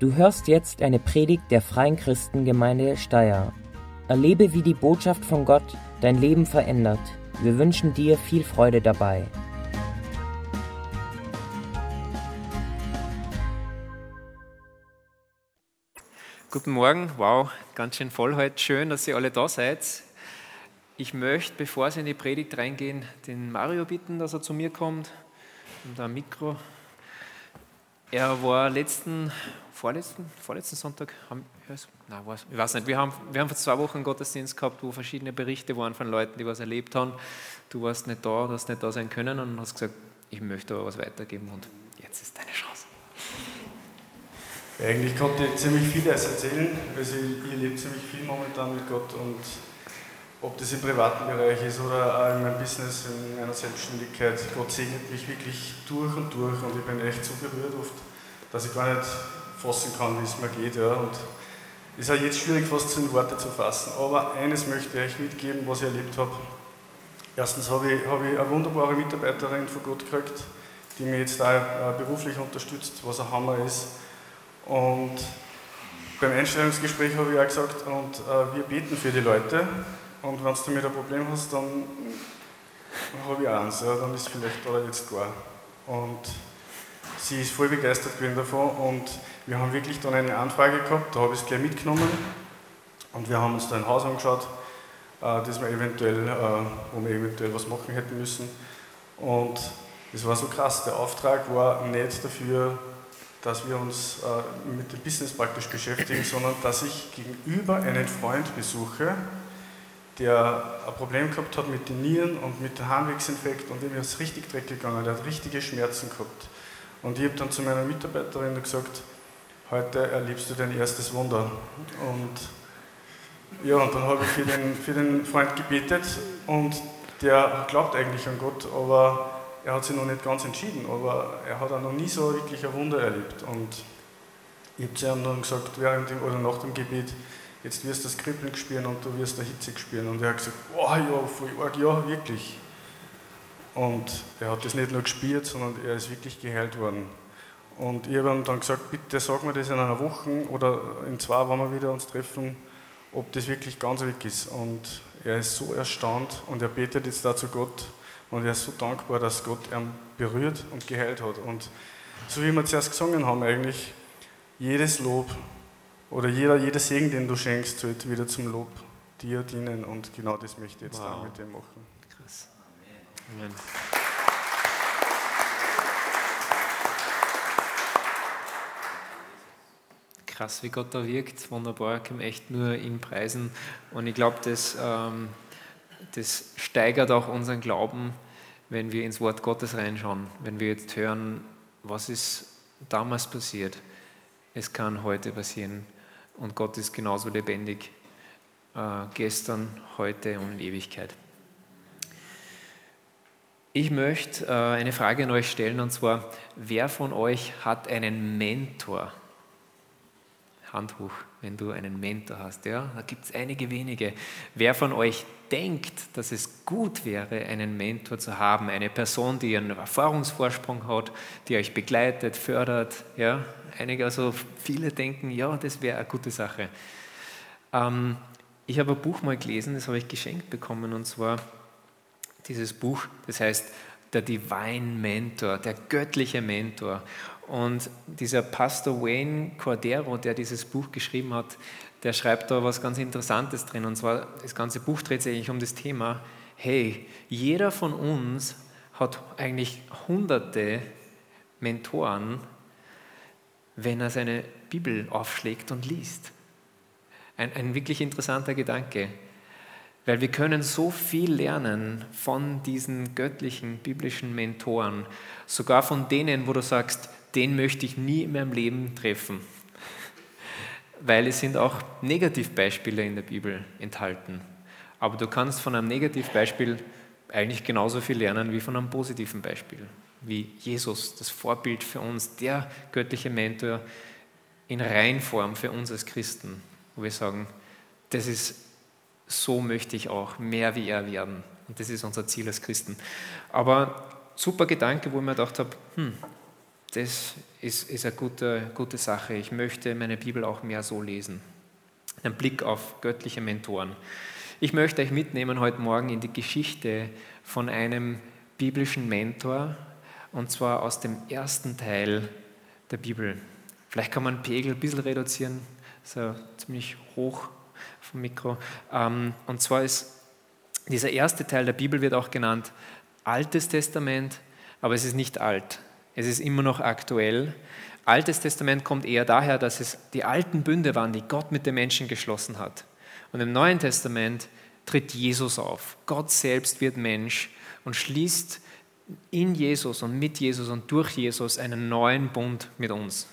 Du hörst jetzt eine Predigt der Freien Christengemeinde Steyr. Erlebe, wie die Botschaft von Gott dein Leben verändert. Wir wünschen dir viel Freude dabei. Guten Morgen, wow, ganz schön voll heute. Schön, dass ihr alle da seid. Ich möchte, bevor Sie in die Predigt reingehen, den Mario bitten, dass er zu mir kommt. Und ein Mikro. Er war vorletzten Sonntag, ich weiß nicht, wir haben vor 2 Wochen einen Gottesdienst gehabt, wo verschiedene Berichte waren von Leuten, die was erlebt haben. Du warst nicht da, du hast nicht da sein können und hast gesagt, ich möchte aber was weitergeben und jetzt ist deine Chance. Eigentlich konnte ich ziemlich vieles erzählen, also ich lebe ziemlich viel momentan mit Gott und ob das im privaten Bereich ist oder auch in meinem Business, in meiner Selbstständigkeit, Gott segnet mich wirklich durch und ich bin echt so berührt oft, dass ich gar nicht fassen kann, wie es mir geht. Ja. Und es ist auch jetzt schwierig, fast in Worte zu fassen, aber eines möchte ich euch mitgeben, was ich erlebt habe. Erstens habe ich eine wunderbare Mitarbeiterin von Gott gekriegt, die mich jetzt auch beruflich unterstützt, was ein Hammer ist. Und beim Einstellungsgespräch habe ich auch gesagt, und wir beten für die Leute. Und wenn du damit ein Problem hast, dann habe ich auch eins, ja, dann ist vielleicht oder jetzt gar. Und sie ist voll begeistert gewesen davon und wir haben wirklich dann eine Anfrage gehabt, da habe ich es gleich mitgenommen und wir haben uns da ein Haus angeschaut, das wir wo wir eventuell was machen hätten müssen. Und das war so krass, der Auftrag war nicht dafür, dass wir uns mit dem Business praktisch beschäftigen, sondern dass ich gegenüber einen Freund besuche, der ein Problem gehabt hat mit den Nieren und mit dem Harnwegsinfekt und dem ist es richtig dreckig gegangen, der hat richtige Schmerzen gehabt. Und ich habe dann zu meiner Mitarbeiterin gesagt, heute erlebst du dein erstes Wunder. Und ja, und dann habe ich für den Freund gebetet und der glaubt eigentlich an Gott, aber er hat sich noch nicht ganz entschieden, aber er hat auch noch nie so wirklich ein Wunder erlebt. Und ich habe zu ihm dann gesagt, nach dem Gebet, jetzt wirst du das Kribbeln spüren und du wirst eine Hitze spüren. Und er hat gesagt, oh ja, voll arg, ja, wirklich. Und er hat das nicht nur gespürt, sondern er ist wirklich geheilt worden. Und ich habe ihm dann gesagt, bitte sag mir das in einer Woche oder in 2, wenn wir wieder uns treffen, ob das wirklich ganz weg ist. Und er ist so erstaunt und er betet jetzt da zu Gott und er ist so dankbar, dass Gott ihn berührt und geheilt hat. Und so wie wir zuerst gesungen haben eigentlich, jedes Lob oder jeder Segen, den du schenkst, sollte wieder zum Lob dir dienen und genau das möchte ich jetzt auch mit dem machen. Krass. Amen. Krass, wie Gott da wirkt, wunderbar, ich kann echt nur ihn preisen und ich glaube, das steigert auch unseren Glauben, wenn wir ins Wort Gottes reinschauen, wenn wir jetzt hören, was ist damals passiert, es kann heute passieren. Und Gott ist genauso lebendig, gestern, heute und in Ewigkeit. Ich möchte eine Frage an euch stellen, und zwar, wer von euch hat einen Mentor? Hand hoch, wenn du einen Mentor hast. Ja? Da gibt es einige wenige. Wer von euch denkt, dass es gut wäre, einen Mentor zu haben, eine Person, die einen Erfahrungsvorsprung hat, die euch begleitet, fördert, ja? Viele denken, ja, das wäre eine gute Sache. Ich habe ein Buch mal gelesen, das habe ich geschenkt bekommen, und zwar dieses Buch, das heißt Der Divine Mentor, der göttliche Mentor. Und dieser Pastor Wayne Cordero, der dieses Buch geschrieben hat, der schreibt da was ganz Interessantes drin. Und zwar, das ganze Buch dreht sich eigentlich um das Thema, hey, jeder von uns hat eigentlich hunderte Mentoren, wenn er seine Bibel aufschlägt und liest. Ein wirklich interessanter Gedanke, weil wir können so viel lernen von diesen göttlichen, biblischen Mentoren, sogar von denen, wo du sagst, den möchte ich nie in meinem Leben treffen, weil es sind auch Negativbeispiele in der Bibel enthalten. Aber du kannst von einem Negativbeispiel eigentlich genauso viel lernen wie von einem positiven Beispiel. Wie Jesus, das Vorbild für uns, der göttliche Mentor in Reinform für uns als Christen, wo wir sagen, das ist, so möchte ich auch mehr wie er werden. Und das ist unser Ziel als Christen. Aber super Gedanke, wo ich mir gedacht habe, das ist eine gute Sache. Ich möchte meine Bibel auch mehr so lesen. Ein Blick auf göttliche Mentoren. Ich möchte euch mitnehmen heute Morgen in die Geschichte von einem biblischen Mentor, und zwar aus dem ersten Teil der Bibel. Vielleicht kann man den Pegel ein bisschen reduzieren, so ziemlich hoch vom Mikro. Und zwar ist dieser erste Teil der Bibel wird auch genannt Altes Testament, aber es ist nicht alt. Es ist immer noch aktuell. Altes Testament kommt eher daher, dass es die alten Bünde waren, die Gott mit den Menschen geschlossen hat. Und im Neuen Testament tritt Jesus auf. Gott selbst wird Mensch und schließt in Jesus und mit Jesus und durch Jesus einen neuen Bund mit uns.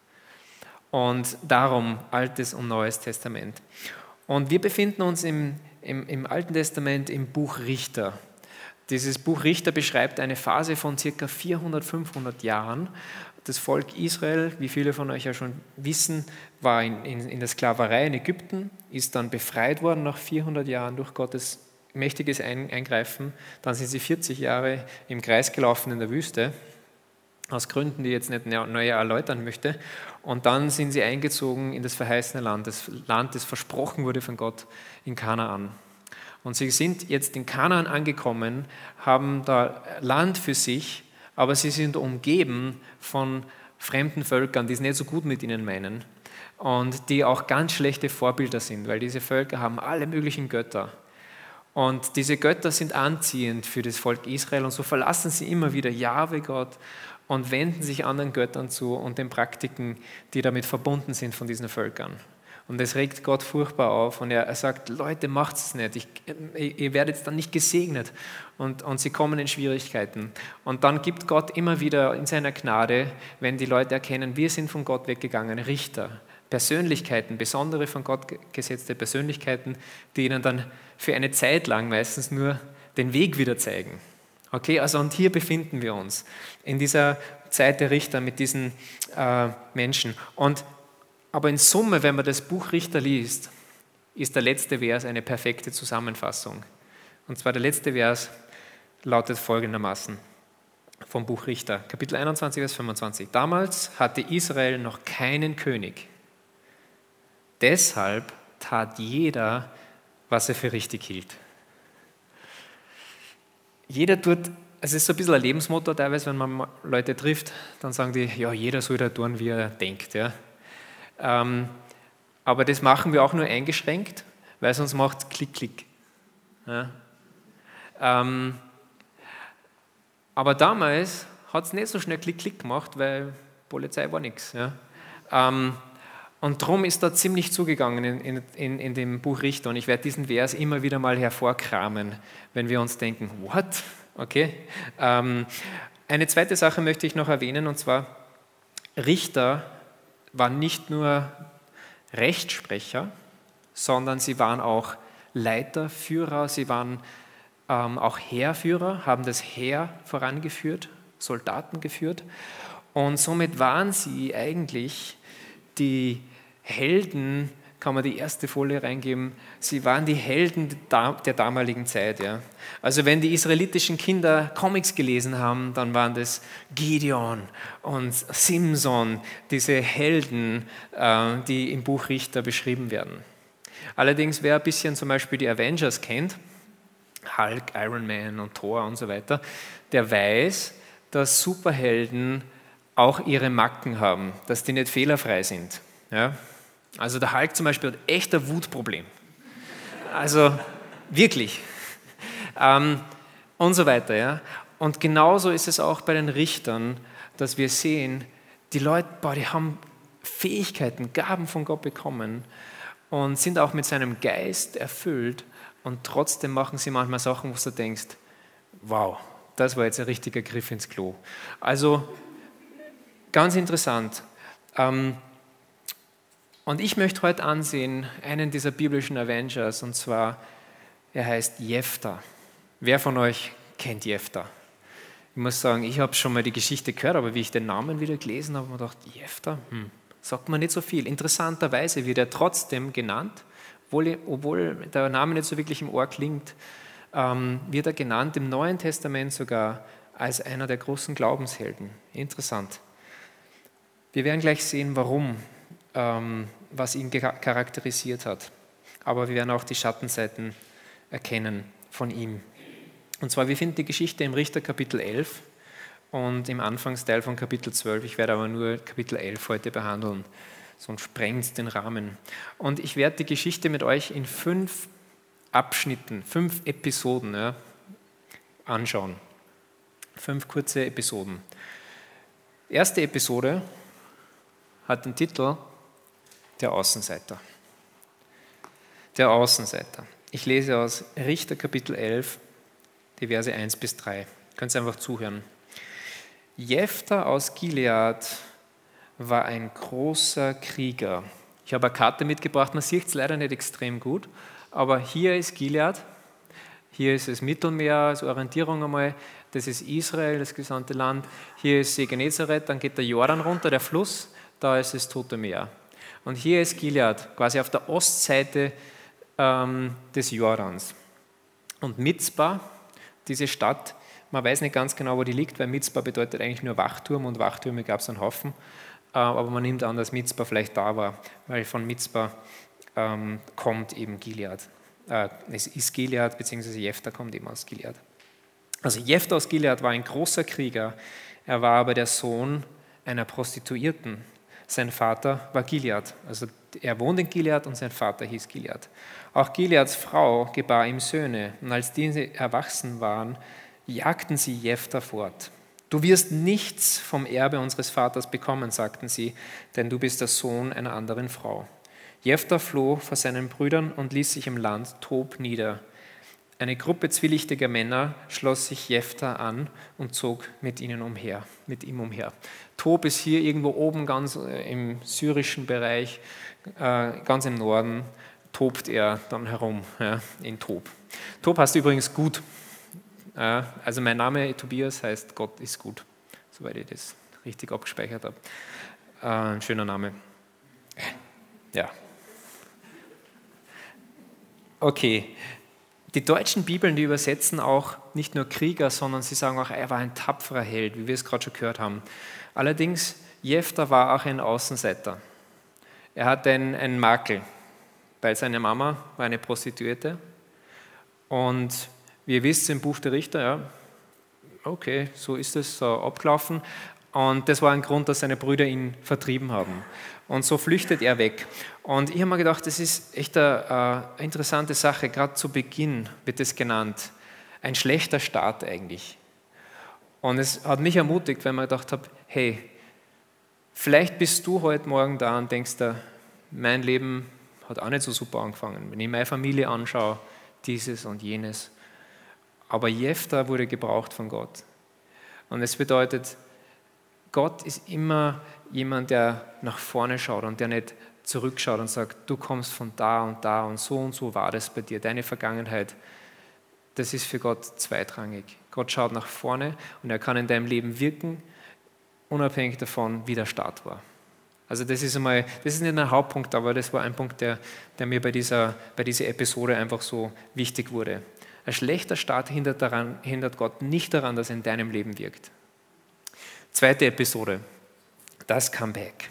Und darum Altes und Neues Testament. Und wir befinden uns im Alten Testament im Buch Richter. Dieses Buch Richter beschreibt eine Phase von ca. 400, 500 Jahren. Das Volk Israel, wie viele von euch ja schon wissen, war in der Sklaverei in Ägypten, ist dann befreit worden nach 400 Jahren durch Gottes mächtiges Eingreifen. Dann sind sie 40 Jahre im Kreis gelaufen in der Wüste, aus Gründen, die ich jetzt nicht neu erläutern möchte. Und dann sind sie eingezogen in das verheißene Land, das versprochen wurde von Gott in Kanaan. Und sie sind jetzt in Kanaan angekommen, haben da Land für sich, aber sie sind umgeben von fremden Völkern, die es nicht so gut mit ihnen meinen und die auch ganz schlechte Vorbilder sind, weil diese Völker haben alle möglichen Götter. Und diese Götter sind anziehend für das Volk Israel und so verlassen sie immer wieder Jahwe Gott und wenden sich anderen Göttern zu und den Praktiken, die damit verbunden sind von diesen Völkern. Und das regt Gott furchtbar auf und er sagt, Leute, macht es nicht, ihr werdet dann nicht gesegnet und sie kommen in Schwierigkeiten. Und dann gibt Gott immer wieder in seiner Gnade, wenn die Leute erkennen, wir sind von Gott weggegangen, Richter, Persönlichkeiten, besondere von Gott gesetzte Persönlichkeiten, die ihnen dann für eine Zeit lang meistens nur den Weg wieder zeigen. Okay, also und hier befinden wir uns, in dieser Zeit der Richter mit diesen Menschen. Aber in Summe, wenn man das Buch Richter liest, ist der letzte Vers eine perfekte Zusammenfassung. Und zwar der letzte Vers lautet folgendermaßen vom Buch Richter, Kapitel 21, Vers 25. Damals hatte Israel noch keinen König. Deshalb tat jeder, was er für richtig hielt. Jeder tut, es ist so ein bisschen ein Lebensmotto teilweise, wenn man Leute trifft, dann sagen die, ja, jeder soll da tun, wie er denkt. Ja. Aber das machen wir auch nur eingeschränkt, weil sonst macht es Klick, Klick. Ja. Aber damals hat es nicht so schnell Klick, Klick gemacht, weil Polizei war nichts. Ja. Und darum ist da ziemlich zugegangen in dem Buch Richter. Und ich werde diesen Vers immer wieder mal hervorkramen, wenn wir uns denken, what? Okay. Eine zweite Sache möchte ich noch erwähnen, und zwar Richter waren nicht nur Rechtssprecher, sondern sie waren auch Leiter, Führer, sie waren auch Heerführer, haben das Heer vorangeführt, Soldaten geführt. Und somit waren sie eigentlich die Helden, kann man die erste Folie reingeben, sie waren die Helden der damaligen Zeit. Ja. Also wenn die israelitischen Kinder Comics gelesen haben, dann waren das Gideon und Simson, diese Helden, die im Buch Richter beschrieben werden. Allerdings, wer ein bisschen zum Beispiel die Avengers kennt, Hulk, Iron Man und Thor und so weiter, der weiß, dass Superhelden auch ihre Macken haben, dass die nicht fehlerfrei sind. Ja? Also der Hulk zum Beispiel hat echt ein Wutproblem. Also wirklich. Und so weiter. Ja? Und genauso ist es auch bei den Richtern, dass wir sehen, die Leute, die haben Fähigkeiten, Gaben von Gott bekommen und sind auch mit seinem Geist erfüllt und trotzdem machen sie manchmal Sachen, wo du denkst, wow, das war jetzt ein richtiger Griff ins Klo. Also ganz interessant. Und ich möchte heute ansehen, einen dieser biblischen Avengers, und zwar, er heißt Jephtha. Wer von euch kennt Jephtha? Ich muss sagen, ich habe schon mal die Geschichte gehört, aber wie ich den Namen wieder gelesen habe, habe ich mir gedacht, Jephtha, sagt man nicht so viel. Interessanterweise wird er trotzdem genannt, obwohl der Name nicht so wirklich im Ohr klingt, wird er genannt im Neuen Testament sogar als einer der großen Glaubenshelden. Interessant. Wir werden gleich sehen, warum, was ihn charakterisiert hat. Aber wir werden auch die Schattenseiten erkennen von ihm. Und zwar, wir finden die Geschichte im Richter Kapitel 11 und im Anfangsteil von Kapitel 12. Ich werde aber nur Kapitel 11 heute behandeln, sonst sprengt es den Rahmen. Und ich werde die Geschichte mit euch in 5 Abschnitten, 5 Episoden anschauen. 5 kurze Episoden. Erste Episode hat den Titel Der Außenseiter. Der Außenseiter. Ich lese aus Richter Kapitel 11, die Verse 1 bis 3. Ihr könnt einfach zuhören. Jephthah aus Gilead war ein großer Krieger. Ich habe eine Karte mitgebracht, man sieht es leider nicht extrem gut, aber hier ist Gilead, hier ist das Mittelmeer als Orientierung einmal, das ist Israel, das gesamte Land, hier ist See Genezareth, dann geht der Jordan runter, der Fluss, da ist das Tote Meer. Und hier ist Gilead, quasi auf der Ostseite des Jordans. Und Mizpah, diese Stadt, man weiß nicht ganz genau, wo die liegt, weil Mizpah bedeutet eigentlich nur Wachturm und Wachtürme gab es einen Haufen. Aber man nimmt an, dass Mizpah vielleicht da war, weil von Mizpah kommt eben Gilead. Es ist Gilead, beziehungsweise Jephthah kommt eben aus Gilead. Also Jephthah aus Gilead war ein großer Krieger, er war aber der Sohn einer Prostituierten. Sein Vater war Gilead, also er wohnt in Gilead und sein Vater hieß Gilead. Auch Gileads Frau gebar ihm Söhne und als diese erwachsen waren, jagten sie Jephthah fort. Du wirst nichts vom Erbe unseres Vaters bekommen, sagten sie, denn du bist der Sohn einer anderen Frau. Jephthah floh vor seinen Brüdern und ließ sich im Land Tob nieder. Eine Gruppe zwielichtiger Männer schloss sich Jephthah an und zog mit ihm umher. Tob ist hier irgendwo oben ganz im syrischen Bereich, ganz im Norden, tobt er dann herum in Tob. Tob heißt übrigens gut. Also mein Name Tobias heißt Gott ist gut, soweit ich das richtig abgespeichert habe. Ein schöner Name. Ja. Okay. Die deutschen Bibeln, die übersetzen auch nicht nur Krieger, sondern sie sagen auch, er war ein tapferer Held, wie wir es gerade schon gehört haben. Allerdings, Jephthah war auch ein Außenseiter. Er hatte einen Makel, weil seine Mama war eine Prostituierte. Und wie ihr wisst im Buch der Richter, ja, okay, so ist es so abgelaufen. Und das war ein Grund, dass seine Brüder ihn vertrieben haben. Und so flüchtet er weg. Und ich habe mir gedacht, das ist echt eine interessante Sache. Gerade zu Beginn wird es genannt. Ein schlechter Start eigentlich. Und es hat mich ermutigt, weil ich mir gedacht habe, hey, vielleicht bist du heute Morgen da und denkst dir, mein Leben hat auch nicht so super angefangen. Wenn ich meine Familie anschaue, dieses und jenes. Aber Jephthah wurde gebraucht von Gott. Und es bedeutet, Gott ist immer jemand, der nach vorne schaut und der nicht zurückschaut und sagt, du kommst von da und so war das bei dir. Deine Vergangenheit, das ist für Gott zweitrangig. Gott schaut nach vorne und er kann in deinem Leben wirken, unabhängig davon, wie der Start war. Also das ist nicht ein Hauptpunkt, aber das war ein Punkt, der mir bei dieser Episode einfach so wichtig wurde. Ein schlechter Start hindert Gott nicht daran, dass er in deinem Leben wirkt. Zweite Episode, das Comeback.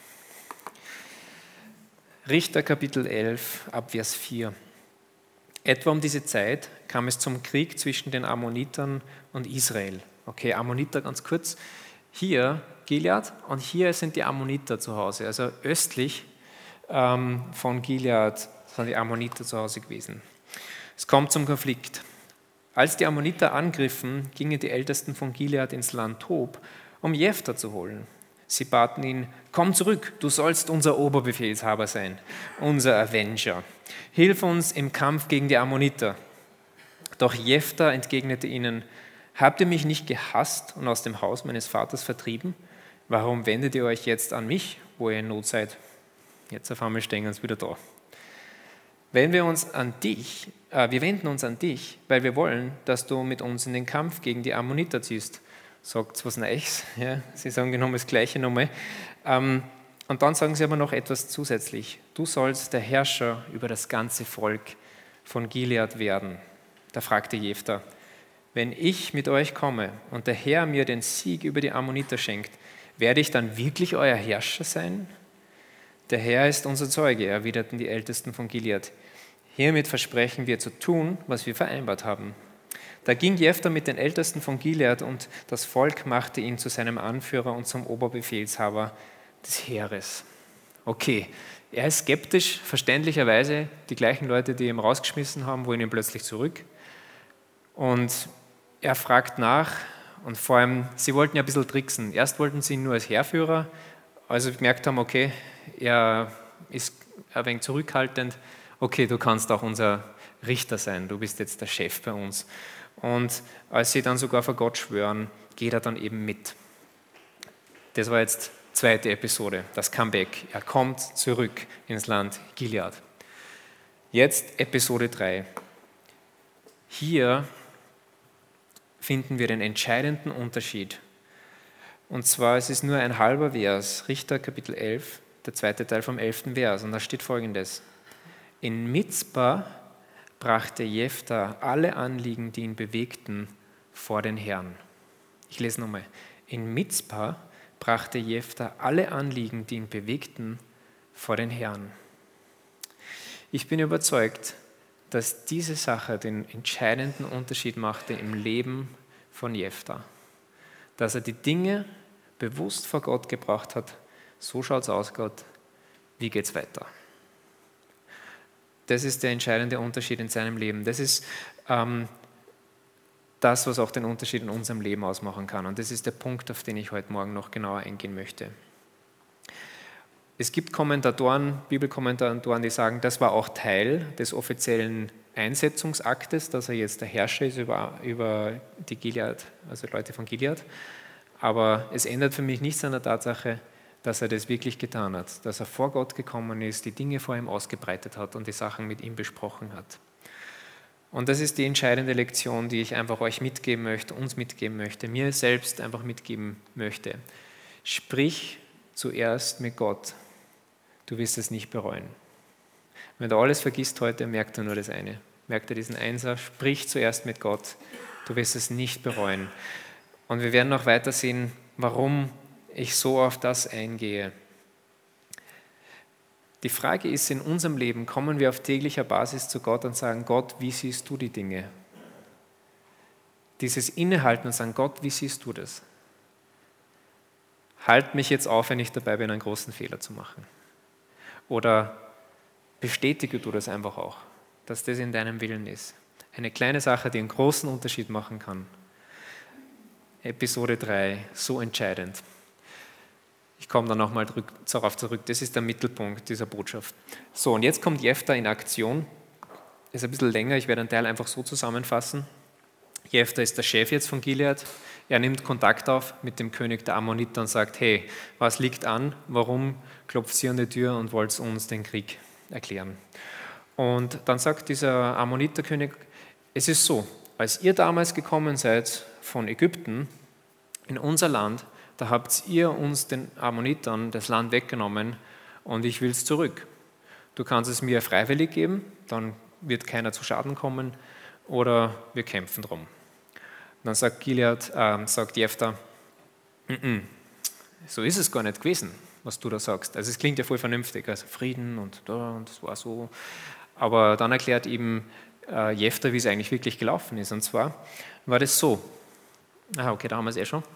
Richter Kapitel 11, ab Vers 4. Etwa um diese Zeit kam es zum Krieg zwischen den Ammonitern und Israel. Okay, Ammoniter ganz kurz. Hier Gilead und hier sind die Ammoniter zu Hause. Also östlich von Gilead sind die Ammoniter zu Hause gewesen. Es kommt zum Konflikt. Als die Ammoniter angriffen, gingen die Ältesten von Gilead ins Land Tob, um Jephthah zu holen. Sie baten ihn, komm zurück, du sollst unser Oberbefehlshaber sein, unser Avenger. Hilf uns im Kampf gegen die Ammoniter. Doch Jephthah entgegnete ihnen, habt ihr mich nicht gehasst und aus dem Haus meines Vaters vertrieben? Warum wendet ihr euch jetzt an mich, wo ihr in Not seid? Jetzt auf einmal stehen wir uns wieder da. Wir wenden uns an dich, weil wir wollen, dass du mit uns in den Kampf gegen die Ammoniter ziehst. Sagt was Neues, ja, sie sagen genau das Gleiche nochmal. Und dann sagen sie aber noch etwas zusätzlich. Du sollst der Herrscher über das ganze Volk von Gilead werden. Da fragte Jephthah, wenn ich mit euch komme und der Herr mir den Sieg über die Ammoniter schenkt, Werde ich dann wirklich euer Herrscher sein? Der Herr ist unser Zeuge, erwiderten die Ältesten von Gilead. Hiermit versprechen wir zu tun, was wir vereinbart haben. Da ging Jephthah mit den Ältesten von Gilead und das Volk machte ihn zu seinem Anführer und zum Oberbefehlshaber des Heeres. Okay, er ist skeptisch, verständlicherweise. Die gleichen Leute, die ihn rausgeschmissen haben, wollen ihn plötzlich zurück. Und er fragt nach und vor allem, sie wollten ja ein bisschen tricksen. Erst wollten sie ihn nur als Heerführer, also gemerkt haben, okay, er ist ein wenig zurückhaltend. Okay, du kannst auch unser Richter sein, du bist jetzt der Chef bei uns. Und als sie dann sogar vor Gott schwören, geht er dann eben mit. Das war jetzt die zweite Episode, das Comeback. Er kommt zurück ins Land Gilead. Jetzt Episode 3. Hier finden wir den entscheidenden Unterschied. Und zwar, es ist nur ein halber Vers, Richter Kapitel 11, der zweite Teil vom 11. Vers. Und da steht Folgendes. In Mizpah brachte Jephthah alle Anliegen, die ihn bewegten, vor den Herrn. Ich lese nochmal. In Mizpah brachte Jephthah alle Anliegen, die ihn bewegten, vor den Herrn. Ich bin überzeugt, dass diese Sache den entscheidenden Unterschied machte im Leben von Jephthah. Dass er die Dinge bewusst vor Gott gebracht hat. So schaut es aus, Gott. Wie geht es weiter? Das ist der entscheidende Unterschied in seinem Leben. Das ist das, was auch den Unterschied in unserem Leben ausmachen kann. Und das ist der Punkt, auf den ich heute Morgen noch genauer eingehen möchte. Es gibt Kommentatoren, Bibelkommentatoren, die sagen, das war auch Teil des offiziellen Einsetzungsaktes, dass er jetzt der Herrscher ist über die Gilead, also Leute von Gilead. Aber es ändert für mich nichts an der Tatsache, dass er das wirklich getan hat, dass er vor Gott gekommen ist, die Dinge vor ihm ausgebreitet hat und die Sachen mit ihm besprochen hat. Und das ist die entscheidende Lektion, die ich einfach euch mitgeben möchte, uns mitgeben möchte, mir selbst einfach mitgeben möchte. Sprich zuerst mit Gott, du wirst es nicht bereuen. Wenn du alles vergisst heute, merkt du nur das eine. Merkt dir diesen Einser, sprich zuerst mit Gott, du wirst es nicht bereuen. Und wir werden noch weiter sehen, warum ich so auf das eingehe. Die Frage ist, in unserem Leben kommen wir auf täglicher Basis zu Gott und sagen, Gott, wie siehst du die Dinge? Dieses Innehalten und sagen, Gott, wie siehst du das? Halt mich jetzt auf, wenn ich dabei bin, einen großen Fehler zu machen. Oder bestätige du das einfach auch, dass das in deinem Willen ist. Eine kleine Sache, die einen großen Unterschied machen kann. Episode 3, so entscheidend. Ich komme dann nochmal darauf zurück. Das ist der Mittelpunkt dieser Botschaft. So, und jetzt kommt Jephthah in Aktion. Ist ein bisschen länger, ich werde einen Teil einfach so zusammenfassen. Jephthah ist der Chef jetzt von Gilead. Er nimmt Kontakt auf mit dem König der Ammoniter und sagt, hey, was liegt an? Warum klopft ihr an die Tür und wollt uns den Krieg erklären? Und dann sagt dieser Ammoniterkönig, es ist so, als ihr damals gekommen seid von Ägypten in unser Land, da habt ihr uns, den Ammonitern, das Land weggenommen und ich will es zurück. Du kannst es mir freiwillig geben, dann wird keiner zu Schaden kommen oder wir kämpfen drum. Dann sagt Jephthah, so ist es gar nicht gewesen, was du da sagst. Also es klingt ja voll vernünftig, also Frieden und das war so. Aber dann erklärt ihm Jephthah, wie es eigentlich wirklich gelaufen ist. Und zwar war das so. Okay, da haben wir es schon.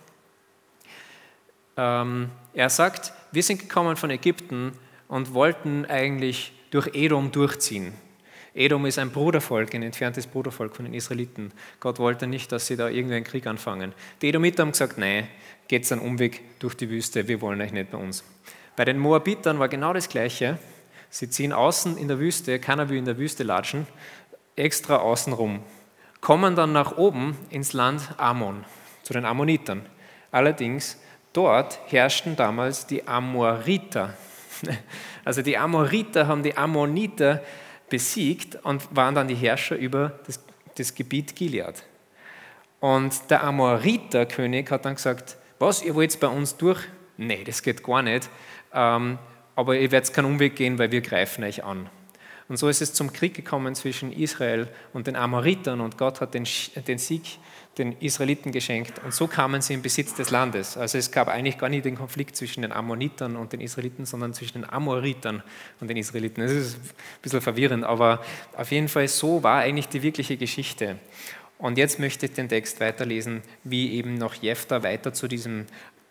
Er sagt, wir sind gekommen von Ägypten und wollten eigentlich durch Edom durchziehen. Edom ist ein Brudervolk, ein entferntes Brudervolk von den Israeliten. Gott wollte nicht, dass sie da irgendwie einen Krieg anfangen. Die Edomiter haben gesagt, nein, geht's einen Umweg durch die Wüste, wir wollen euch nicht bei uns. Bei den Moabitern war genau das Gleiche. Sie ziehen außen in der Wüste, keiner will in der Wüste latschen, extra außen rum. Kommen dann nach oben ins Land Ammon, zu den Ammonitern. Allerdings, dort herrschten damals die Amoriter. Also die Amoriter haben die Ammoniter besiegt und waren dann die Herrscher über das Gebiet Gilead. Und der Amoriter-König hat dann gesagt, was, ihr wollt bei uns durch? Nee, das geht gar nicht, aber ihr werdet keinen Umweg gehen, weil wir greifen euch an. Und so ist es zum Krieg gekommen zwischen Israel und den Amoritern und Gott hat den Sieg den Israeliten geschenkt und so kamen sie in Besitz des Landes. Also es gab eigentlich gar nicht den Konflikt zwischen den Ammonitern und den Israeliten, sondern zwischen den Amoritern und den Israeliten. Das ist ein bisschen verwirrend, aber auf jeden Fall so war eigentlich die wirkliche Geschichte. Und jetzt möchte ich den Text weiterlesen, wie eben noch Jephtha weiter zu diesem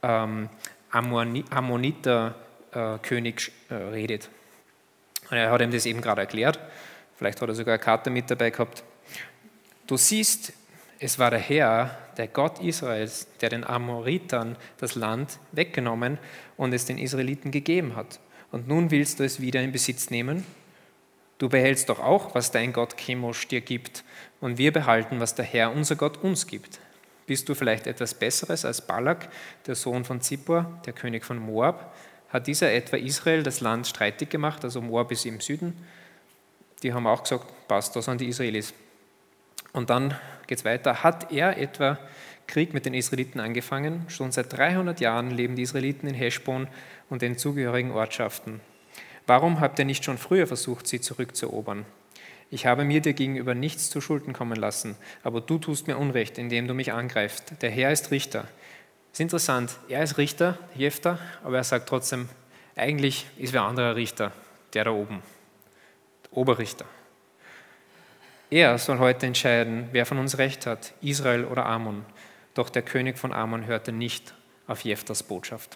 Ammoniter-König redet. Und er hat ihm das eben gerade erklärt, vielleicht hat er sogar eine Karte mit dabei gehabt. Du siehst, es war der Herr, der Gott Israels, der den Amoritern das Land weggenommen und es den Israeliten gegeben hat. Und nun willst du es wieder in Besitz nehmen? Du behältst doch auch, was dein Gott Chemosh dir gibt, und wir behalten, was der Herr, unser Gott, uns gibt. Bist du vielleicht etwas Besseres als Balak, der Sohn von Zippor, der König von Moab? Hat dieser etwa Israel das Land streitig gemacht, also Moab ist im Süden? Die haben auch gesagt, passt, das sind die Israelis. Und dann geht es weiter. Hat er etwa Krieg mit den Israeliten angefangen? Schon seit 300 Jahren leben die Israeliten in Heschbon und den zugehörigen Ortschaften. Warum habt ihr nicht schon früher versucht, sie zurückzuerobern? Ich habe mir dir gegenüber nichts zu Schulden kommen lassen, aber du tust mir Unrecht, indem du mich angreifst. Der Herr ist Richter. Es ist interessant, er ist Richter, Jephtha, aber er sagt trotzdem, eigentlich ist wer anderer Richter, der da oben, der Oberrichter. Er soll heute entscheiden, wer von uns Recht hat, Israel oder Ammon. Doch der König von Ammon hörte nicht auf Jephtha's Botschaft.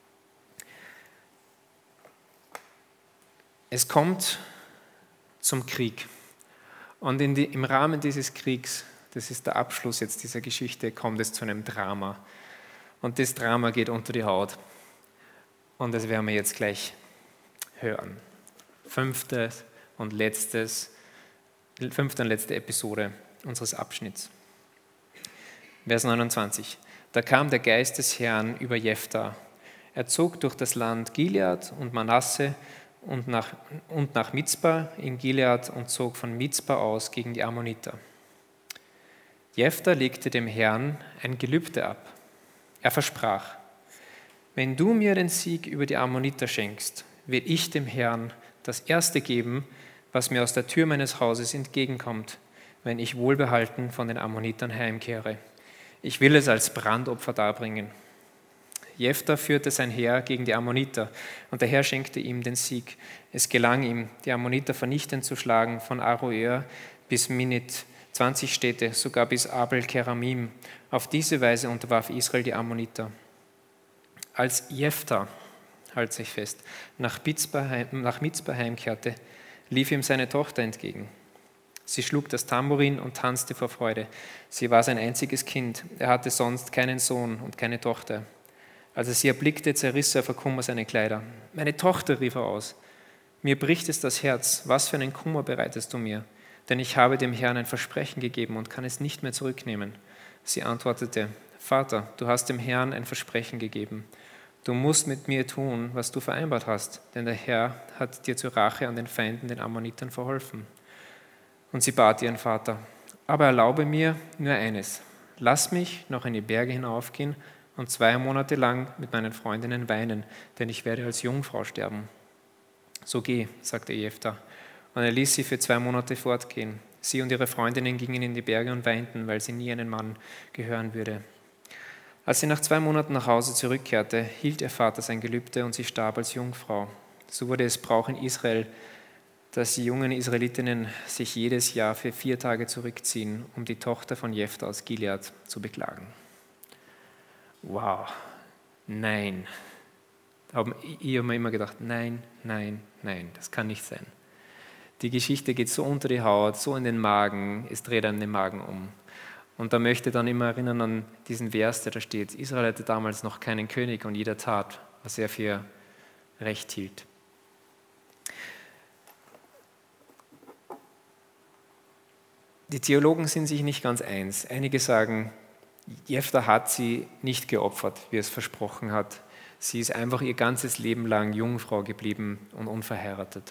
Es kommt zum Krieg. Und im Rahmen dieses Kriegs, das ist der Abschluss jetzt dieser Geschichte, kommt es zu einem Drama. Und das Drama geht unter die Haut. Und das werden wir jetzt gleich hören. Fünfte und letzte Episode unseres Abschnitts. Vers 29. Da kam der Geist des Herrn über Jephtha. Er zog durch das Land Gilead und Manasse und nach Mizpa in Gilead und zog von Mizpa aus gegen die Ammoniter. Jephtha legte dem Herrn ein Gelübde ab. Er versprach, wenn du mir den Sieg über die Ammoniter schenkst, will ich dem Herrn das Erste geben, was mir aus der Tür meines Hauses entgegenkommt, wenn ich wohlbehalten von den Ammonitern heimkehre. Ich will es als Brandopfer darbringen. Jephtha führte sein Heer gegen die Ammoniter und der Herr schenkte ihm den Sieg. Es gelang ihm, die Ammoniter vernichtend zu schlagen, von Aroer bis Minit, 20 Städte, sogar bis Abel-Keramim. Auf diese Weise unterwarf Israel die Ammoniter. Als Jephtha, halt sich fest, nach Mizpa heimkehrte, lief ihm seine Tochter entgegen. Sie schlug das Tambourin und tanzte vor Freude. Sie war sein einziges Kind. Er hatte sonst keinen Sohn und keine Tochter. Als er sie erblickte, zerriss er vor Kummer seine Kleider. »Meine Tochter«, rief er aus, »mir bricht es das Herz. Was für einen Kummer bereitest du mir? Denn ich habe dem Herrn ein Versprechen gegeben und kann es nicht mehr zurücknehmen.« Sie antwortete, »Vater, du hast dem Herrn ein Versprechen gegeben. Du musst mit mir tun, was du vereinbart hast, denn der Herr hat dir zur Rache an den Feinden, den Ammonitern, verholfen.« Und sie bat ihren Vater, »Aber erlaube mir nur eines, lass mich noch in die Berge hinaufgehen und 2 Monate lang mit meinen Freundinnen weinen, denn ich werde als Jungfrau sterben.« »So geh«, sagte Jephtha, und er ließ sie für 2 Monate fortgehen. Sie und ihre Freundinnen gingen in die Berge und weinten, weil sie nie einen Mann gehören würde. Als sie nach 2 Monaten nach Hause zurückkehrte, hielt ihr Vater sein Gelübde und sie starb als Jungfrau. So wurde es Brauch in Israel, dass die jungen Israelitinnen sich jedes Jahr für 4 Tage zurückziehen, um die Tochter von Jephtha aus Gilead zu beklagen. Wow, nein. Ich habe mir immer gedacht, nein, nein, nein, das kann nicht sein. Die Geschichte geht so unter die Haut, so in den Magen, es dreht einen den Magen um. Und da möchte ich dann immer erinnern an diesen Vers, der da steht, Israel hatte damals noch keinen König und jeder tat, was er für recht hielt. Die Theologen sind sich nicht ganz eins. Einige sagen, Jephtha hat sie nicht geopfert, wie es versprochen hat. Sie ist einfach ihr ganzes Leben lang Jungfrau geblieben und unverheiratet.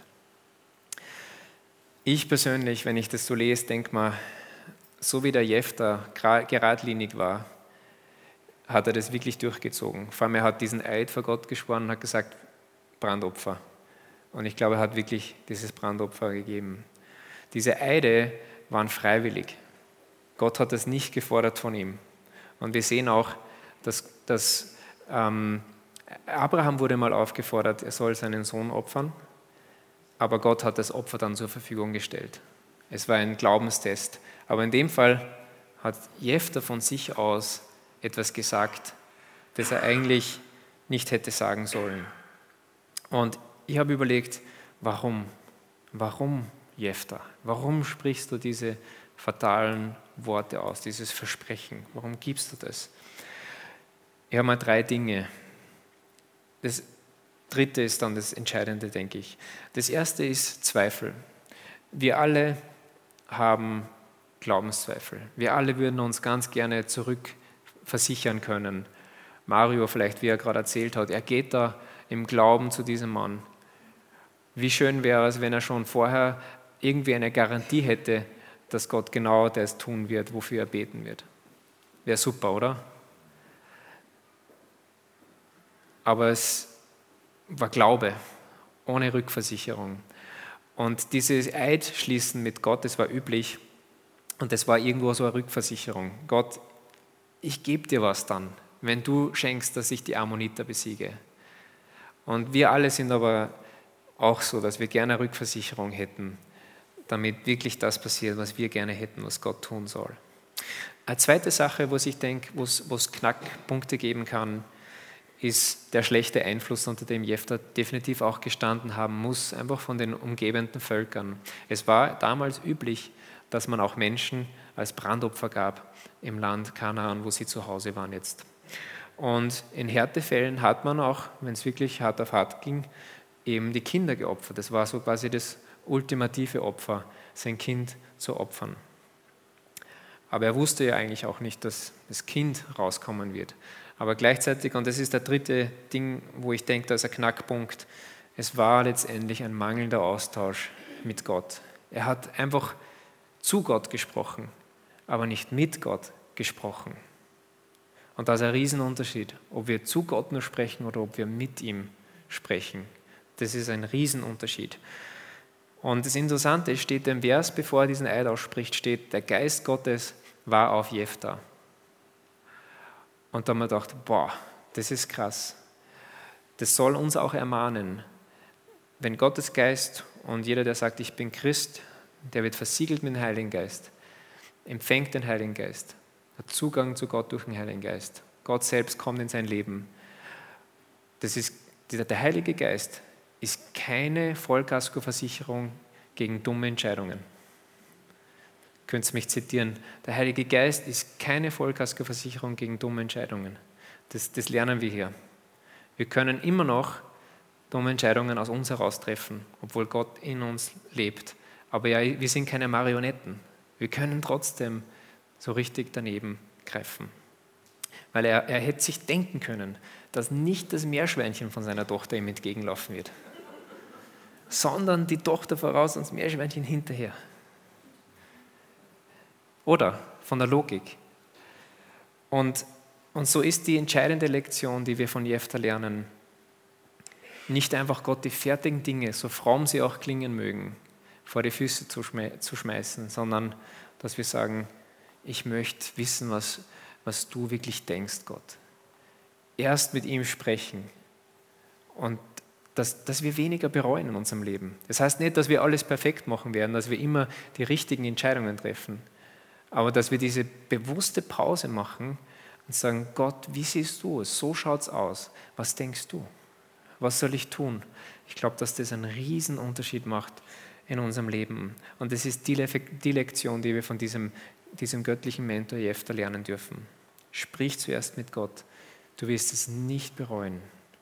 Ich persönlich, wenn ich das so lese, denke mir, so wie der Jephtha geradlinig war, hat er das wirklich durchgezogen. Vor allem, er hat diesen Eid vor Gott geschworen und hat gesagt, Brandopfer. Und ich glaube, er hat wirklich dieses Brandopfer gegeben. Diese Eide waren freiwillig. Gott hat das nicht gefordert von ihm. Und wir sehen auch, dass Abraham wurde mal aufgefordert, er soll seinen Sohn opfern, aber Gott hat das Opfer dann zur Verfügung gestellt. Es war ein Glaubenstest. Aber in dem Fall hat Jephthah von sich aus etwas gesagt, das er eigentlich nicht hätte sagen sollen. Und ich habe überlegt, warum? Warum, Jephthah? Warum sprichst du diese fatalen Worte aus, dieses Versprechen? Warum gibst du das? Ich habe mal 3 Dinge. Das dritte ist dann das Entscheidende, denke ich. Das erste ist Zweifel. Wir alle haben Glaubenszweifel. Wir alle würden uns ganz gerne zurückversichern können. Mario vielleicht, wie er gerade erzählt hat, er geht da im Glauben zu diesem Mann. Wie schön wäre es, wenn er schon vorher irgendwie eine Garantie hätte, dass Gott genau das tun wird, wofür er beten wird. Wäre super, oder? Aber es war Glaube, ohne Rückversicherung. Und dieses Eid schließen mit Gott, das war üblich. Und das war irgendwo so eine Rückversicherung. Gott, ich gebe dir was dann, wenn du schenkst, dass ich die Ammoniter besiege. Und wir alle sind aber auch so, dass wir gerne eine Rückversicherung hätten, damit wirklich das passiert, was wir gerne hätten, was Gott tun soll. Eine zweite Sache, wo ich denke, wo es Knackpunkte geben kann, ist der schlechte Einfluss, unter dem Jephthah definitiv auch gestanden haben muss, einfach von den umgebenden Völkern. Es war damals üblich, dass man auch Menschen als Brandopfer gab im Land Kanaan, wo sie zu Hause waren jetzt. Und in Härtefällen hat man auch, wenn es wirklich hart auf hart ging, eben die Kinder geopfert. Das war so quasi das ultimative Opfer, sein Kind zu opfern. Aber er wusste ja eigentlich auch nicht, dass das Kind rauskommen wird. Aber gleichzeitig, und das ist der dritte Ding, wo ich denke, da ist ein Knackpunkt, es war letztendlich ein mangelnder Austausch mit Gott. Er hat einfach zu Gott gesprochen, aber nicht mit Gott gesprochen. Und da ist ein Riesenunterschied, ob wir zu Gott nur sprechen oder ob wir mit ihm sprechen. Das ist ein Riesenunterschied. Und das Interessante steht im Vers, bevor er diesen Eid ausspricht, steht, der Geist Gottes war auf Jephthah. Und da haben wir gedacht, boah, das ist krass. Das soll uns auch ermahnen. Wenn Gottes Geist und jeder, der sagt, ich bin Christ, der wird versiegelt mit dem Heiligen Geist, empfängt den Heiligen Geist, hat Zugang zu Gott durch den Heiligen Geist. Gott selbst kommt in sein Leben. Der Heilige Geist ist keine Vollkaskoversicherung gegen dumme Entscheidungen. Ihr könnt mich zitieren. Der Heilige Geist ist keine Vollkaskoversicherung gegen dumme Entscheidungen. Das lernen wir hier. Wir können immer noch dumme Entscheidungen aus uns heraus treffen, obwohl Gott in uns lebt. Aber ja, wir sind keine Marionetten. Wir können trotzdem so richtig daneben greifen. Weil er hätte sich denken können, dass nicht das Meerschweinchen von seiner Tochter ihm entgegenlaufen wird, sondern die Tochter voraus und das Meerschweinchen hinterher. Oder von der Logik. Und so ist die entscheidende Lektion, die wir von Jephthah lernen, nicht einfach Gott die fertigen Dinge, so fromm sie auch klingen mögen, vor die Füße zu schmeißen, sondern dass wir sagen, ich möchte wissen, was du wirklich denkst, Gott. Erst mit ihm sprechen und dass wir weniger bereuen in unserem Leben. Das heißt nicht, dass wir alles perfekt machen werden, dass wir immer die richtigen Entscheidungen treffen, aber dass wir diese bewusste Pause machen und sagen, Gott, wie siehst du es? So schaut es aus. Was denkst du? Was soll ich tun? Ich glaube, dass das einen riesen Unterschied macht in unserem Leben. Und das ist die Lektion, die wir von diesem göttlichen Mentor Jephthah lernen dürfen. Sprich zuerst mit Gott. Du wirst es nicht bereuen.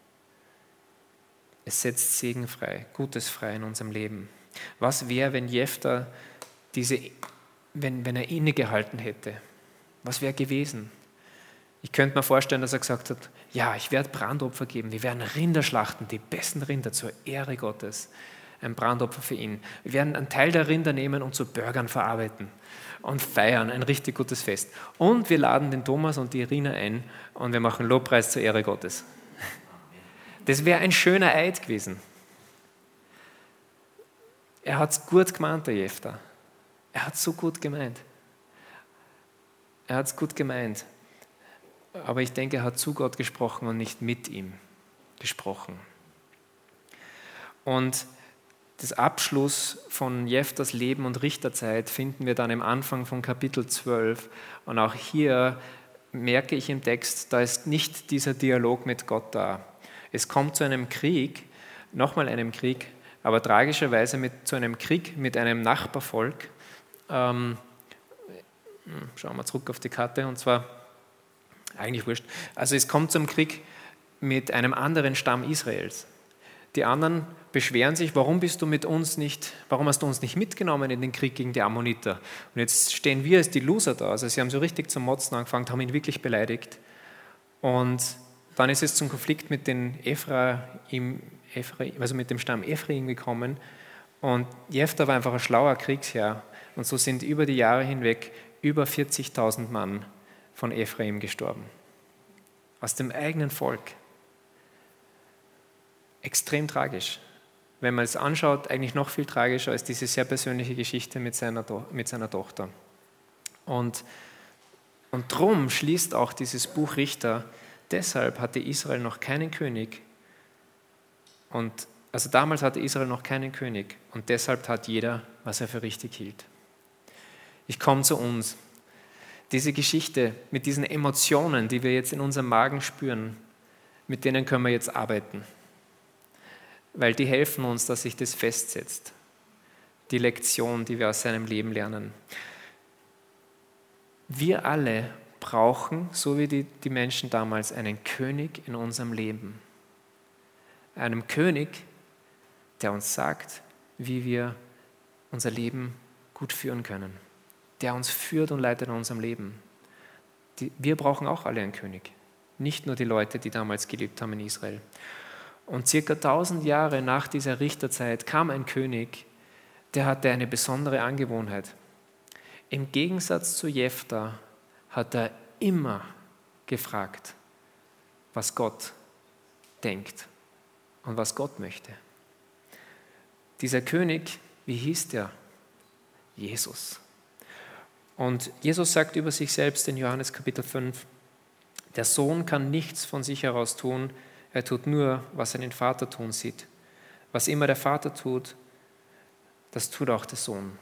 Es setzt Segen frei, Gutes frei in unserem Leben. Was wäre, wenn Jephthah wenn er innegehalten hätte? Was wäre gewesen? Ich könnte mir vorstellen, dass er gesagt hat, ja, ich werde Brandopfer geben, wir werden Rinder schlachten, die besten Rinder zur Ehre Gottes. Ein Brandopfer für ihn. Wir werden einen Teil der Rinder nehmen und zu Burgern verarbeiten und feiern, ein richtig gutes Fest. Und wir laden den Thomas und die Irina ein und wir machen Lobpreis zur Ehre Gottes. Das wäre ein schöner Eid gewesen. Er hat es gut gemeint, der Jephthah. Er hat es so gut gemeint. Er hat es gut gemeint. Aber ich denke, er hat zu Gott gesprochen und nicht mit ihm gesprochen. Und das Abschluss von Jephthahs Leben und Richterzeit finden wir dann am Anfang von Kapitel 12. Und auch hier merke ich im Text, da ist nicht dieser Dialog mit Gott da. Es kommt zu einem Krieg, nochmal einem Krieg, aber tragischerweise zu einem Krieg mit einem Nachbarvolk. Schauen wir zurück auf die Karte, und zwar, eigentlich wurscht, also es kommt zum Krieg mit einem anderen Stamm Israels. Die anderen beschweren sich, warum hast du uns nicht mitgenommen in den Krieg gegen die Ammoniter? Und jetzt stehen wir als die Loser da. Also sie haben so richtig zum Motzen angefangen, haben ihn wirklich beleidigt. Und dann ist es zum Konflikt mit den also mit dem Stamm Ephraim gekommen. Und Jephthah war einfach ein schlauer Kriegsherr. Und so sind über die Jahre hinweg über 40.000 Mann von Ephraim gestorben. Aus dem eigenen Volk. Extrem tragisch. Wenn man es anschaut, eigentlich noch viel tragischer als diese sehr persönliche Geschichte mit seiner Tochter. Und drum schließt auch dieses Buch Richter, deshalb hatte Israel noch keinen König. Also damals hatte Israel noch keinen König und deshalb tat jeder, was er für richtig hielt. Ich komme zu uns. Diese Geschichte mit diesen Emotionen, die wir jetzt in unserem Magen spüren, mit denen können wir jetzt arbeiten. Weil die helfen uns, dass sich das festsetzt. Die Lektion, die wir aus seinem Leben lernen. Wir alle brauchen, so wie die Menschen damals, einen König in unserem Leben. Einen König, der uns sagt, wie wir unser Leben gut führen können. Der uns führt und leitet in unserem Leben. Wir brauchen auch alle einen König. Nicht nur die Leute, die damals gelebt haben in Israel. Und circa 1000 Jahre nach dieser Richterzeit kam ein König, der hatte eine besondere Angewohnheit. Im Gegensatz zu Jephthah hat er immer gefragt, was Gott denkt und was Gott möchte. Dieser König, wie hieß der? Jesus. Und Jesus sagt über sich selbst in Johannes Kapitel 5, der Sohn kann nichts von sich heraus tun, er tut nur, was er den Vater tun sieht. Was immer der Vater tut, das tut auch der Sohn.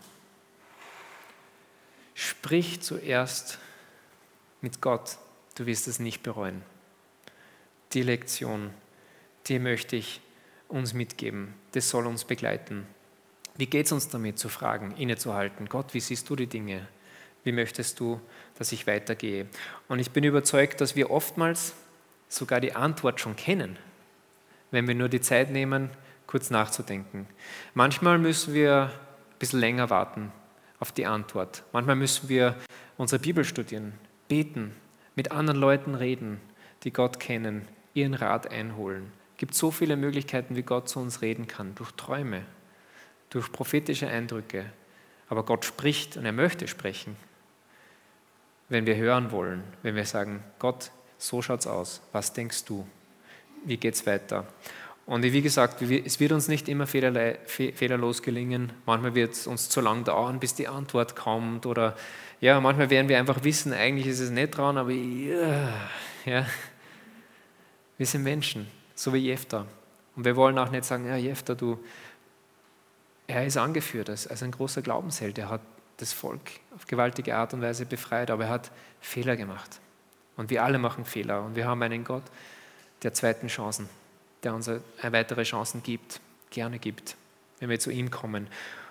Sprich zuerst mit Gott, du wirst es nicht bereuen. Die Lektion, die möchte ich uns mitgeben, das soll uns begleiten. Wie geht es uns damit, zu fragen, innezuhalten? Gott, wie siehst du die Dinge? Wie möchtest du, dass ich weitergehe? Und ich bin überzeugt, dass wir oftmals sogar die Antwort schon kennen, wenn wir nur die Zeit nehmen, kurz nachzudenken. Manchmal müssen wir ein bisschen länger warten auf die Antwort. Manchmal müssen wir unsere Bibel studieren, beten, mit anderen Leuten reden, die Gott kennen, ihren Rat einholen. Es gibt so viele Möglichkeiten, wie Gott zu uns reden kann, durch Träume, durch prophetische Eindrücke. Aber Gott spricht und er möchte sprechen, wenn wir hören wollen, wenn wir sagen, Gott, so schaut's aus. Was denkst du? Wie geht's weiter? Und wie gesagt, es wird uns nicht immer fehlerlos gelingen. Manchmal wird es uns zu lang dauern, bis die Antwort kommt. Oder ja, manchmal werden wir einfach wissen, eigentlich ist es nicht dran, aber ja, wir sind Menschen, so wie Jephthah. Und wir wollen auch nicht sagen, ja, Jephthah, er ist angeführt als ein großer Glaubensheld. Er hat das Volk auf gewaltige Art und Weise befreit, aber er hat Fehler gemacht. Und wir alle machen Fehler. Und wir haben einen Gott der zweiten Chancen, der uns weitere Chancen gibt, gerne gibt, wenn wir zu ihm kommen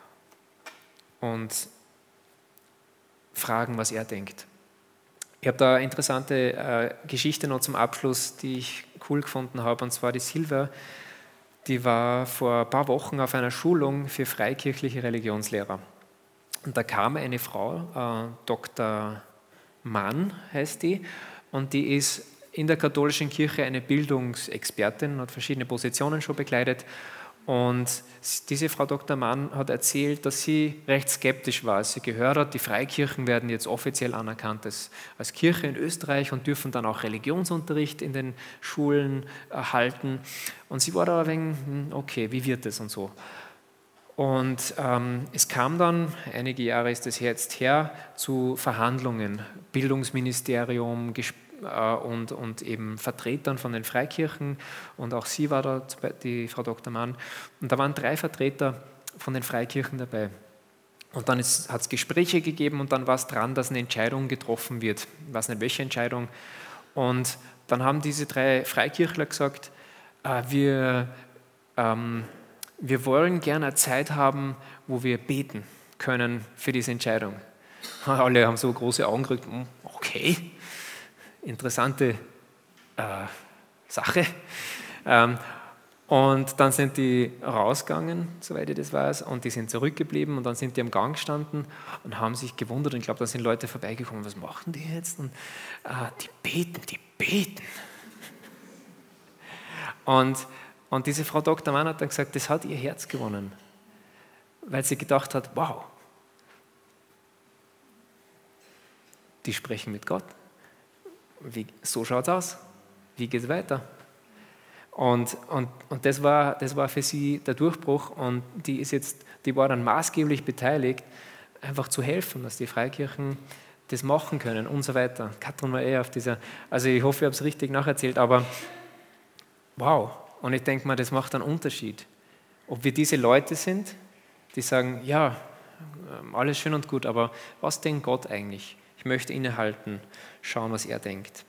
und fragen, was er denkt. Ich habe da eine interessante Geschichte noch zum Abschluss, die ich cool gefunden habe. Und zwar die Silvia, die war vor ein paar Wochen auf einer Schulung für freikirchliche Religionslehrer. Und da kam eine Frau, Dr. Mann heißt die, und die ist in der katholischen Kirche eine Bildungsexpertin, hat verschiedene Positionen schon bekleidet. Und diese Frau Dr. Mann hat erzählt, dass sie recht skeptisch war, als sie gehört hat, die Freikirchen werden jetzt offiziell anerkannt als Kirche in Österreich und dürfen dann auch Religionsunterricht in den Schulen erhalten. Und sie war da ein wenig, okay, wie wird das und so. Und es kam dann, einige Jahre ist es jetzt her, zu Verhandlungen, Bildungsministerium und eben Vertretern von den Freikirchen, und auch sie war da, die Frau Dr. Mann, und da waren 3 Vertreter von den Freikirchen dabei. Und dann hat es Gespräche gegeben und dann war es dran, dass eine Entscheidung getroffen wird. Ich weiß nicht, welche Entscheidung. Und dann haben diese 3 Freikirchler gesagt, wir wollen gerne eine Zeit haben, wo wir beten können für diese Entscheidung. Alle haben so große Augen gekriegt, okay, interessante Sache. Und dann sind die rausgegangen, soweit ich das weiß, und die sind zurückgeblieben und dann sind die am Gang gestanden und haben sich gewundert, und ich glaube, da sind Leute vorbeigekommen, was machen die jetzt? Und die beten. Und diese Frau Dr. Mann hat dann gesagt, das hat ihr Herz gewonnen, weil sie gedacht hat, wow, die sprechen mit Gott. So schaut es aus. Wie geht es weiter? Und das war für sie der Durchbruch, und die war dann maßgeblich beteiligt, einfach zu helfen, dass die Freikirchen das machen können und so weiter. Katrin war auf dieser, also ich hoffe, ich habe es richtig nacherzählt, aber wow. Und ich denke mal, das macht einen Unterschied. Ob wir diese Leute sind, die sagen, ja, alles schön und gut, aber was denkt Gott eigentlich? Ich möchte innehalten, schauen, was er denkt.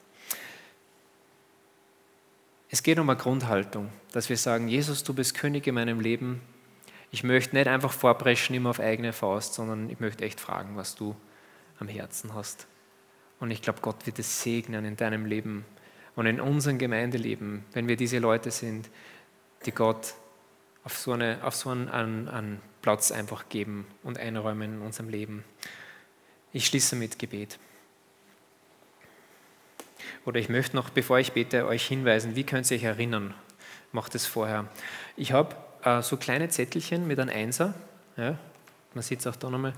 Es geht um eine Grundhaltung, dass wir sagen, Jesus, du bist König in meinem Leben. Ich möchte nicht einfach vorpreschen, immer auf eigene Faust, sondern ich möchte echt fragen, was du am Herzen hast. Und ich glaube, Gott wird es segnen in deinem Leben und in unserem Gemeindeleben, wenn wir diese Leute sind, die Gott auf so einen Platz einfach geben und einräumen in unserem Leben. Ich schließe mit Gebet. Oder ich möchte noch, bevor ich bete, euch hinweisen, wie könnt ihr euch erinnern? Macht es vorher. Ich habe so kleine Zettelchen mit einem Einser. Ja, man sieht es auch da nochmal.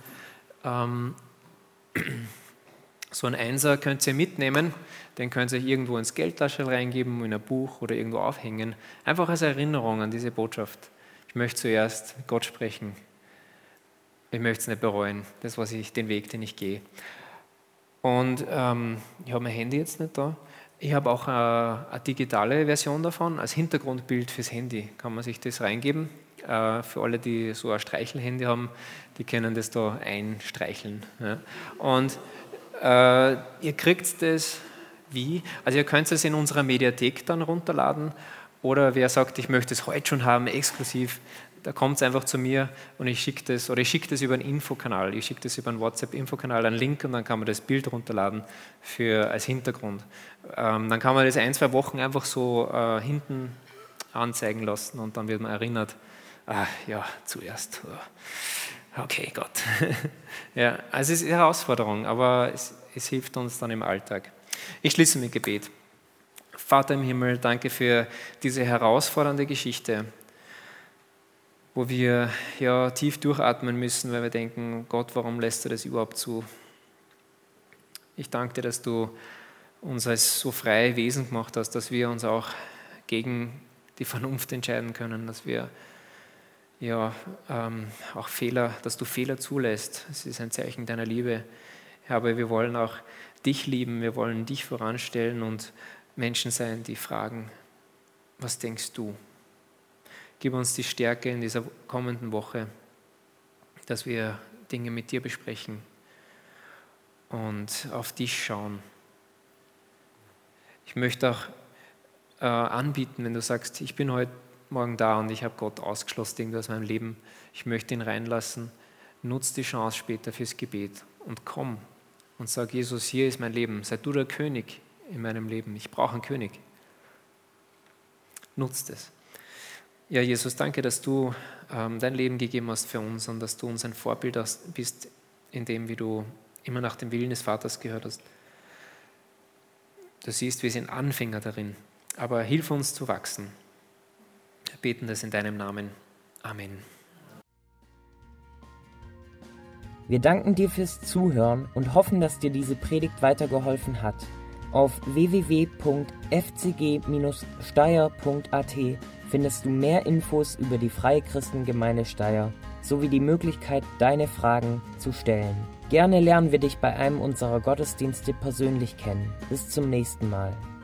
So ein Einser könnt ihr mitnehmen, den könnt ihr irgendwo ins Geldtaschel reingeben, in ein Buch oder irgendwo aufhängen. Einfach als Erinnerung an diese Botschaft. Ich möchte zuerst mit Gott sprechen. Ich möchte es nicht bereuen, den Weg, den ich gehe. Und ich habe mein Handy jetzt nicht da. Ich habe auch eine digitale Version davon, als Hintergrundbild fürs Handy. Kann man sich das reingeben. Für alle, die so ein Streichelhandy haben, die können das da einstreicheln. Ja. Und ihr kriegt das wie? Also ihr könnt es in unserer Mediathek dann runterladen, oder wer sagt, ich möchte es heute schon haben, exklusiv, da kommt es einfach zu mir und ich schicke das über einen Infokanal, ich schicke das über einen WhatsApp-Infokanal, einen Link, und dann kann man das Bild runterladen als Hintergrund. Dann kann man das 1-2 Wochen einfach so hinten anzeigen lassen und dann wird man erinnert, zuerst. Okay, Gott. Ja, also es ist eine Herausforderung, aber es hilft uns dann im Alltag. Ich schließe mit Gebet. Vater im Himmel, danke für diese herausfordernde Geschichte, wo wir ja tief durchatmen müssen, weil wir denken, Gott, warum lässt du das überhaupt zu? Ich danke dir, dass du uns als so freie Wesen gemacht hast, dass wir uns auch gegen die Vernunft entscheiden können, dass wir auch dass du Fehler zulässt. Es ist ein Zeichen deiner Liebe. Aber wir wollen auch dich lieben, wir wollen dich voranstellen und Menschen sein, die fragen, was denkst du? Gib uns die Stärke in dieser kommenden Woche, dass wir Dinge mit dir besprechen und auf dich schauen. Ich möchte auch anbieten, wenn du sagst, ich bin heute Morgen da und ich habe Gott ausgeschlossen irgendwie aus meinem Leben, ich möchte ihn reinlassen, nutz die Chance später fürs Gebet und komm und sag, Jesus, hier ist mein Leben, sei du der König in meinem Leben, ich brauche einen König. Nutzt es. Ja, Jesus, danke, dass du dein Leben gegeben hast für uns und dass du uns ein Vorbild bist, in dem, wie du immer nach dem Willen des Vaters gehört hast. Du siehst, wir sind Anfänger darin, aber hilf uns zu wachsen. Wir beten das in deinem Namen. Amen. Wir danken dir fürs Zuhören und hoffen, dass dir diese Predigt weitergeholfen hat. Auf www.fcg-steyr.at findest du mehr Infos über die Freie Christengemeinde Steyr sowie die Möglichkeit, deine Fragen zu stellen. Gerne lernen wir dich bei einem unserer Gottesdienste persönlich kennen. Bis zum nächsten Mal.